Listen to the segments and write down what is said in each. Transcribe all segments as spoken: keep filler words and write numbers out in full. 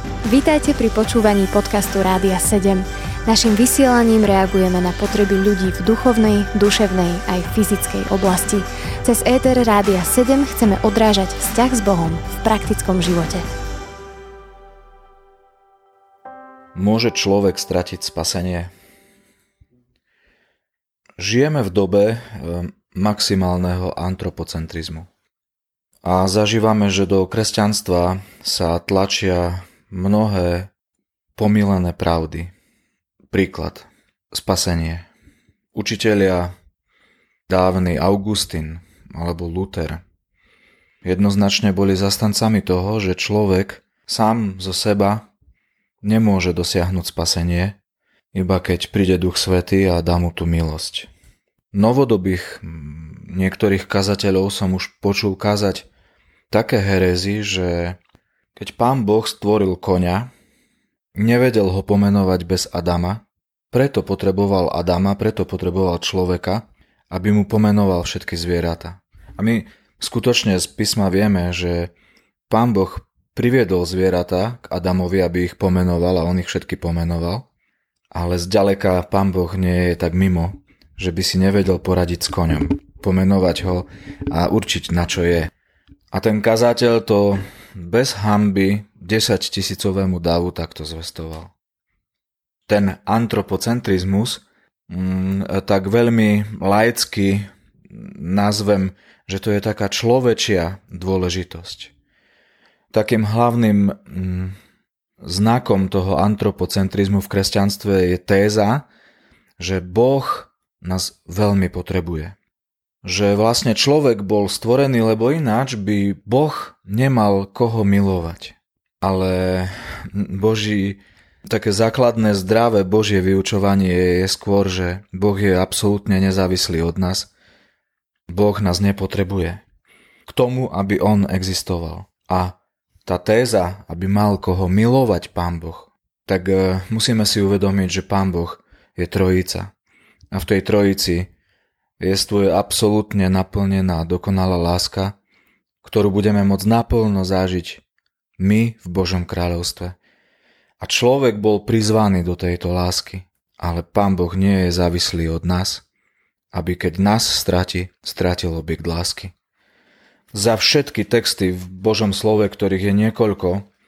Vítajte pri počúvaní podcastu Rádia sedem. Naším vysielaním reagujeme na potreby ľudí v duchovnej, duševnej aj fyzickej oblasti. Cez éter Rádia sedem chceme odrážať vzťah s Bohom v praktickom živote. Môže človek stratiť spasenie? Žijeme v dobe maximálneho antropocentrizmu. A zažívame, že do kresťanstva sa tlačia mnohé pomýlené pravdy. Príklad. Spasenie. Učitelia dávny Augustín alebo Luther jednoznačne boli zastancami toho, že človek sám zo seba nemôže dosiahnuť spasenie, iba keď príde Duch Svätý a dá mu tú milosť. Novodobých niektorých kazateľov som už počul kázať také herézy, že keď Pán Boh stvoril koňa, nevedel ho pomenovať bez Adama, preto potreboval Adama, preto potreboval človeka, aby mu pomenoval všetky zvieratá. A my skutočne z písma vieme, že Pán Boh priviedol zvieratá k Adamovi, aby ich pomenoval a on ich všetky pomenoval, ale zďaleka Pán Boh nie je tak mimo, že by si nevedel poradiť s koňom, pomenovať ho a určiť, na čo je. A ten kazateľ to bez hanby desaťtisícovému davu takto zvestoval. Ten antropocentrizmus mm, tak veľmi laicky nazvem, že to je taká človečia dôležitosť. Takým hlavným mm, znakom toho antropocentrizmu v kresťanstve je téza, že Boh nás veľmi potrebuje. Že vlastne človek bol stvorený, lebo ináč by Boh nemal koho milovať. Ale Boží, také základné zdravé Božie vyučovanie je skôr, že Boh je absolútne nezávislý od nás. Boh nás nepotrebuje k tomu, aby on existoval. A tá téza, aby mal koho milovať Pán Boh, tak musíme si uvedomiť, že Pán Boh je trojica. A v tej trojici jestvuje absolútne naplnená dokonalá láska, ktorú budeme môcť naplno zažiť my v Božom kráľovstve. A človek bol prizvaný do tejto lásky, ale Pán Boh nie je závislý od nás, aby keď nás stratí, stratil objekt lásky. Za všetky texty v Božom slove, ktorých je niekoľko,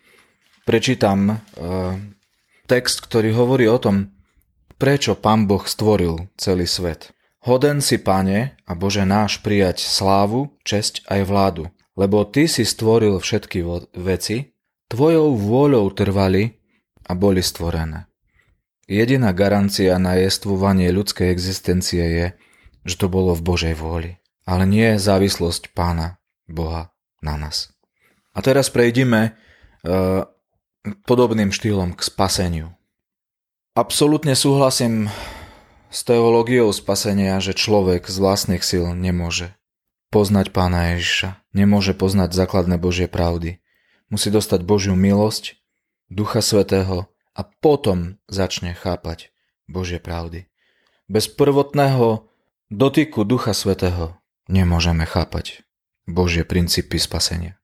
prečítam uh, text, ktorý hovorí o tom, prečo Pán Boh stvoril celý svet. Hoden si, Pane a Bože náš, prijať slávu, česť aj vládu, lebo Ty si stvoril všetky veci, Tvojou vôľou trvali a boli stvorené. Jediná garancia na jestvovanie ľudskej existencie je, že to bolo v Božej vôli, ale nie je závislosť Pána Boha na nás. A teraz prejdime uh, podobným štýlom k spaseniu. Absolútne súhlasím s teológiou spasenia, že človek z vlastných síl nemôže poznať Pána Ježiša, nemôže poznať základné Božie pravdy. Musí dostať Božiu milosť, Ducha Svätého a potom začne chápať Božie pravdy. Bez prvotného dotyku Ducha Svätého nemôžeme chápať Božie princípy spasenia.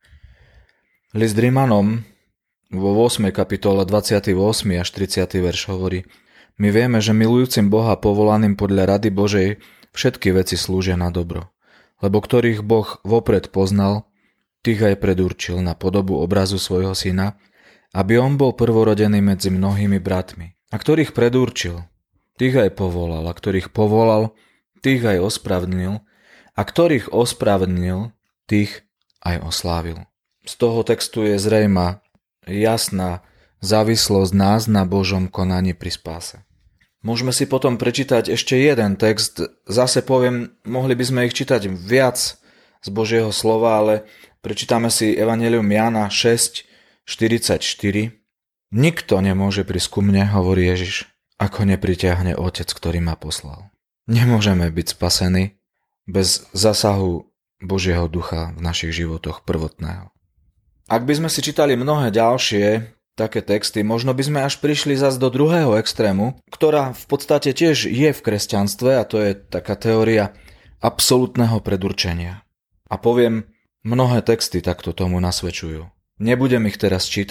List Rimanom vo ôsmej kapitole dvadsiaty ôsmy až tridsiaty verš hovorí: My vieme, že milujúcim Boha povolaným podľa rady Božej všetky veci slúžia na dobro, lebo ktorých Boh vopred poznal, tých aj predurčil na podobu obrazu svojho syna, aby on bol prvorodený medzi mnohými bratmi. A ktorých predurčil, tých aj povolal, a ktorých povolal, tých aj ospravedlnil, a ktorých ospravedlnil, tých aj oslávil. Z toho textu je zrejma jasná závislosť nás na Božom konaní pri spáse. Môžeme si potom prečítať ešte jeden text. Zase poviem, mohli by sme ich čítať viac z Božieho slova, ale prečítame si Evanjelium Jána šesť štyridsaťštyri. Nikto nemôže prísť ku mne, hovorí Ježiš, ako nepriťahne Otec, ktorý ma poslal. Nemôžeme byť spasení bez zásahu Božieho ducha v našich životoch prvotného. Ak by sme si čítali mnohé ďalšie také texty, možno by sme až prišli zas do druhého extrému, ktorá v podstate tiež je v kresťanstve, a to je taká teória absolútneho predurčenia. A poviem, mnohé texty takto tomu nasvedčujú. Nebudem ich teraz čítať,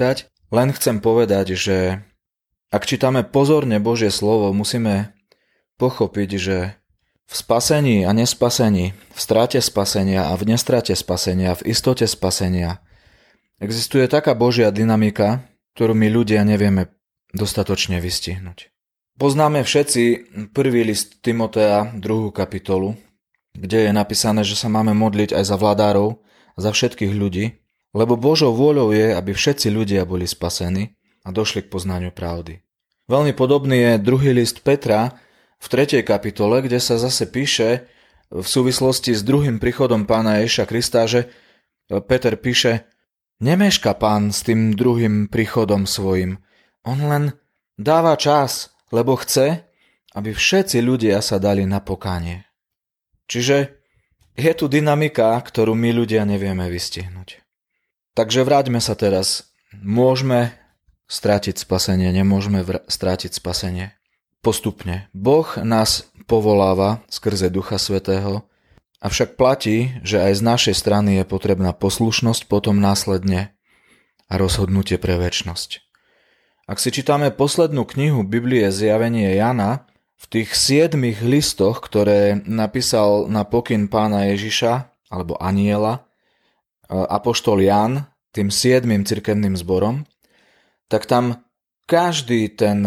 Len chcem povedať, že ak čítame pozorne Božie slovo, musíme pochopiť, že v spasení a nespasení, v strate spasenia a v nestrate spasenia, v istote spasenia existuje taká Božia dynamika, ktorú my ľudia nevieme dostatočne vystihnúť. Poznáme všetci prvý list Timotea, druhú kapitolu, kde je napísané, že sa máme modliť aj za vládárov a za všetkých ľudí, lebo Božou vôľou je, aby všetci ľudia boli spasení a došli k poznaniu pravdy. Veľmi podobný je druhý list Petra v tretej kapitole, kde sa zase píše v súvislosti s druhým príchodom Pána Ježiša Krista, že Peter píše: Nemeška Pán s tým druhým príchodom svojim, on len dáva čas, lebo chce, aby všetci ľudia sa dali na pokánie. Čiže je tu dynamika, ktorú my ľudia nevieme vystihnúť. Takže vráťme sa teraz. Môžeme strátiť spasenie, nemôžeme vr- strátiť spasenie. Postupne. Boh nás povoláva skrze Ducha Svätého, avšak platí, že aj z našej strany je potrebná poslušnosť, potom následne a rozhodnutie pre večnosť. Ak si čítame poslednú knihu Biblie Zjavenie Jana, v tých siedmich listoch, ktoré napísal na pokyn Pána Ježiša, alebo Aniela, apoštol Jan, tým siedmym cirkevným zborom, tak tam každý ten,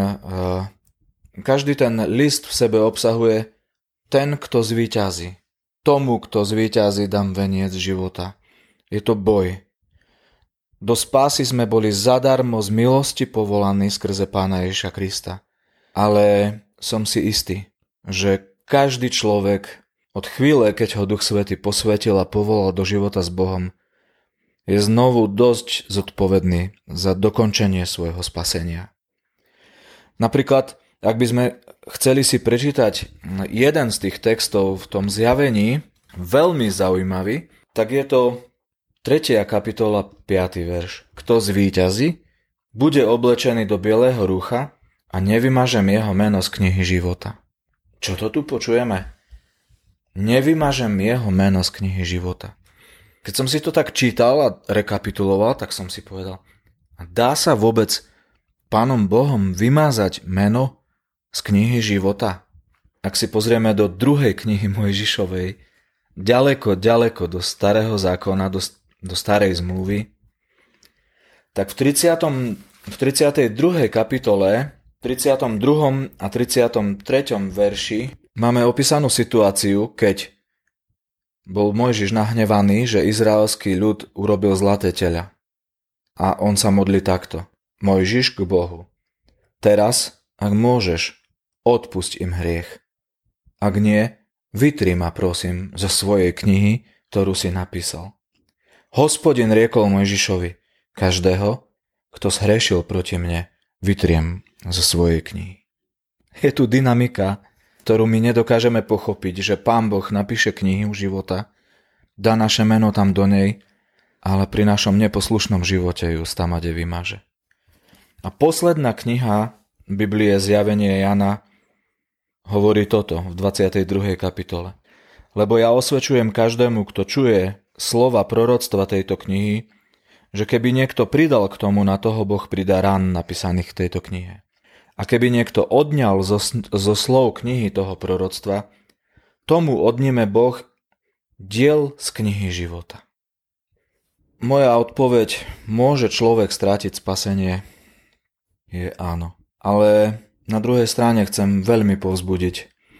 každý ten list v sebe obsahuje ten, kto zvíťazí. Tomu, kto zvíťazí, dám veniec života. Je to boj. Do spásy sme boli zadarmo z milosti povolaní skrze Pána Ježiša Krista. Ale som si istý, že každý človek od chvíle, keď ho Duch Svätý posvetil a povolal do života s Bohom, je znovu dosť zodpovedný za dokončenie svojho spasenia. Napríklad, ak by sme chceli si prečítať jeden z tých textov v tom zjavení, veľmi zaujímavý, tak je to tretia kapitola, piaty verš. Kto zvíťazí, bude oblečený do bieleho rúcha a nevymažem jeho meno z knihy života. Čo to tu počujeme? Nevymažem jeho meno z knihy života. Keď som si to tak čítal a rekapituloval, tak som si povedal, dá sa vôbec Pánom Bohom vymázať meno z knihy života? Ak si pozrieme do druhej knihy Mojžišovej, ďaleko, ďaleko do starého zákona, do, do starej zmluvy, tak v, tridsiatom, v tridsiatej druhej kapitole, tridsiatom druhom a tridsiatom treťom verši máme opísanú situáciu, keď bol Mojžiš nahnevaný, že izraelský ľud urobil zlaté teľa. A on sa modlí takto. Mojžiš k Bohu. Teraz, ak môžeš, odpusť im hriech. Ak nie, vytri ma, prosím, zo svojej knihy, ktorú si napísal. Hospodin riekol Mojžišovi, každého, kto zhrešil proti mne, vytriem zo svojej knihy. Je tu dynamika, ktorú my nedokážeme pochopiť, že Pán Boh napíše knihu života, dá naše meno tam do nej, ale pri našom neposlušnom živote ju stamade vymaže. A posledná kniha Biblie Zjavenie Jana hovorí toto v dvadsiatej druhej kapitole. Lebo ja osvedčujem každému, kto čuje slova proroctva tejto knihy, že keby niekto pridal k tomu, na toho Boh pridá rán napísaných v tejto knihe. A keby niekto odňal zo, zo slov knihy toho proroctva, tomu odníme Boh diel z knihy života. Moja odpoveď, môže človek strátiť spasenie, je áno. Ale na druhej strane chcem veľmi povzbudiť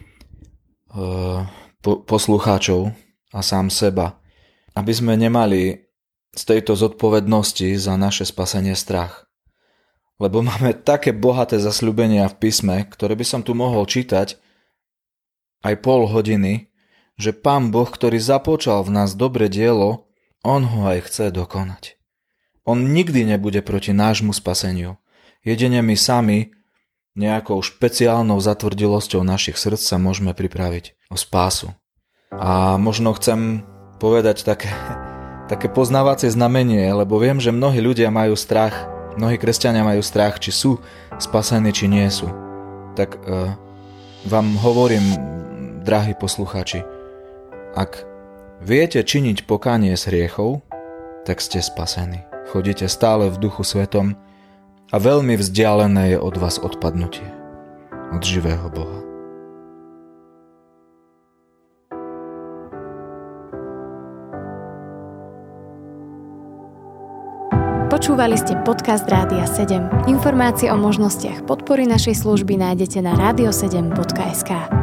uh, po, poslucháčov a sám seba, aby sme nemali z tejto zodpovednosti za naše spasenie strach. Lebo máme také bohaté zasľúbenia v písme, ktoré by som tu mohol čítať aj pol hodiny, že Pán Boh, ktorý započal v nás dobre dielo, on ho aj chce dokonať. On nikdy nebude proti nášmu spaseniu. Jedine my sami nejakou špeciálnou zatvrdilosťou našich srdc sa môžeme pripraviť o spásu. A možno chcem povedať také, také poznávacie znamenie, lebo viem, že mnohí ľudia majú strach, mnohí kresťania majú strach, či sú spasení, či nie sú. Tak uh, vám hovorím, drahí poslucháči, ak viete činiť pokánie z hriechov, tak ste spasení. Chodíte stále v Duchu Svetom a veľmi vzdialené je od vás odpadnutie od živého Boha. Počúvali ste podcast Rádia sedem. Informácie o možnostiach podpory našej služby nájdete na radio sedem bodka es ká.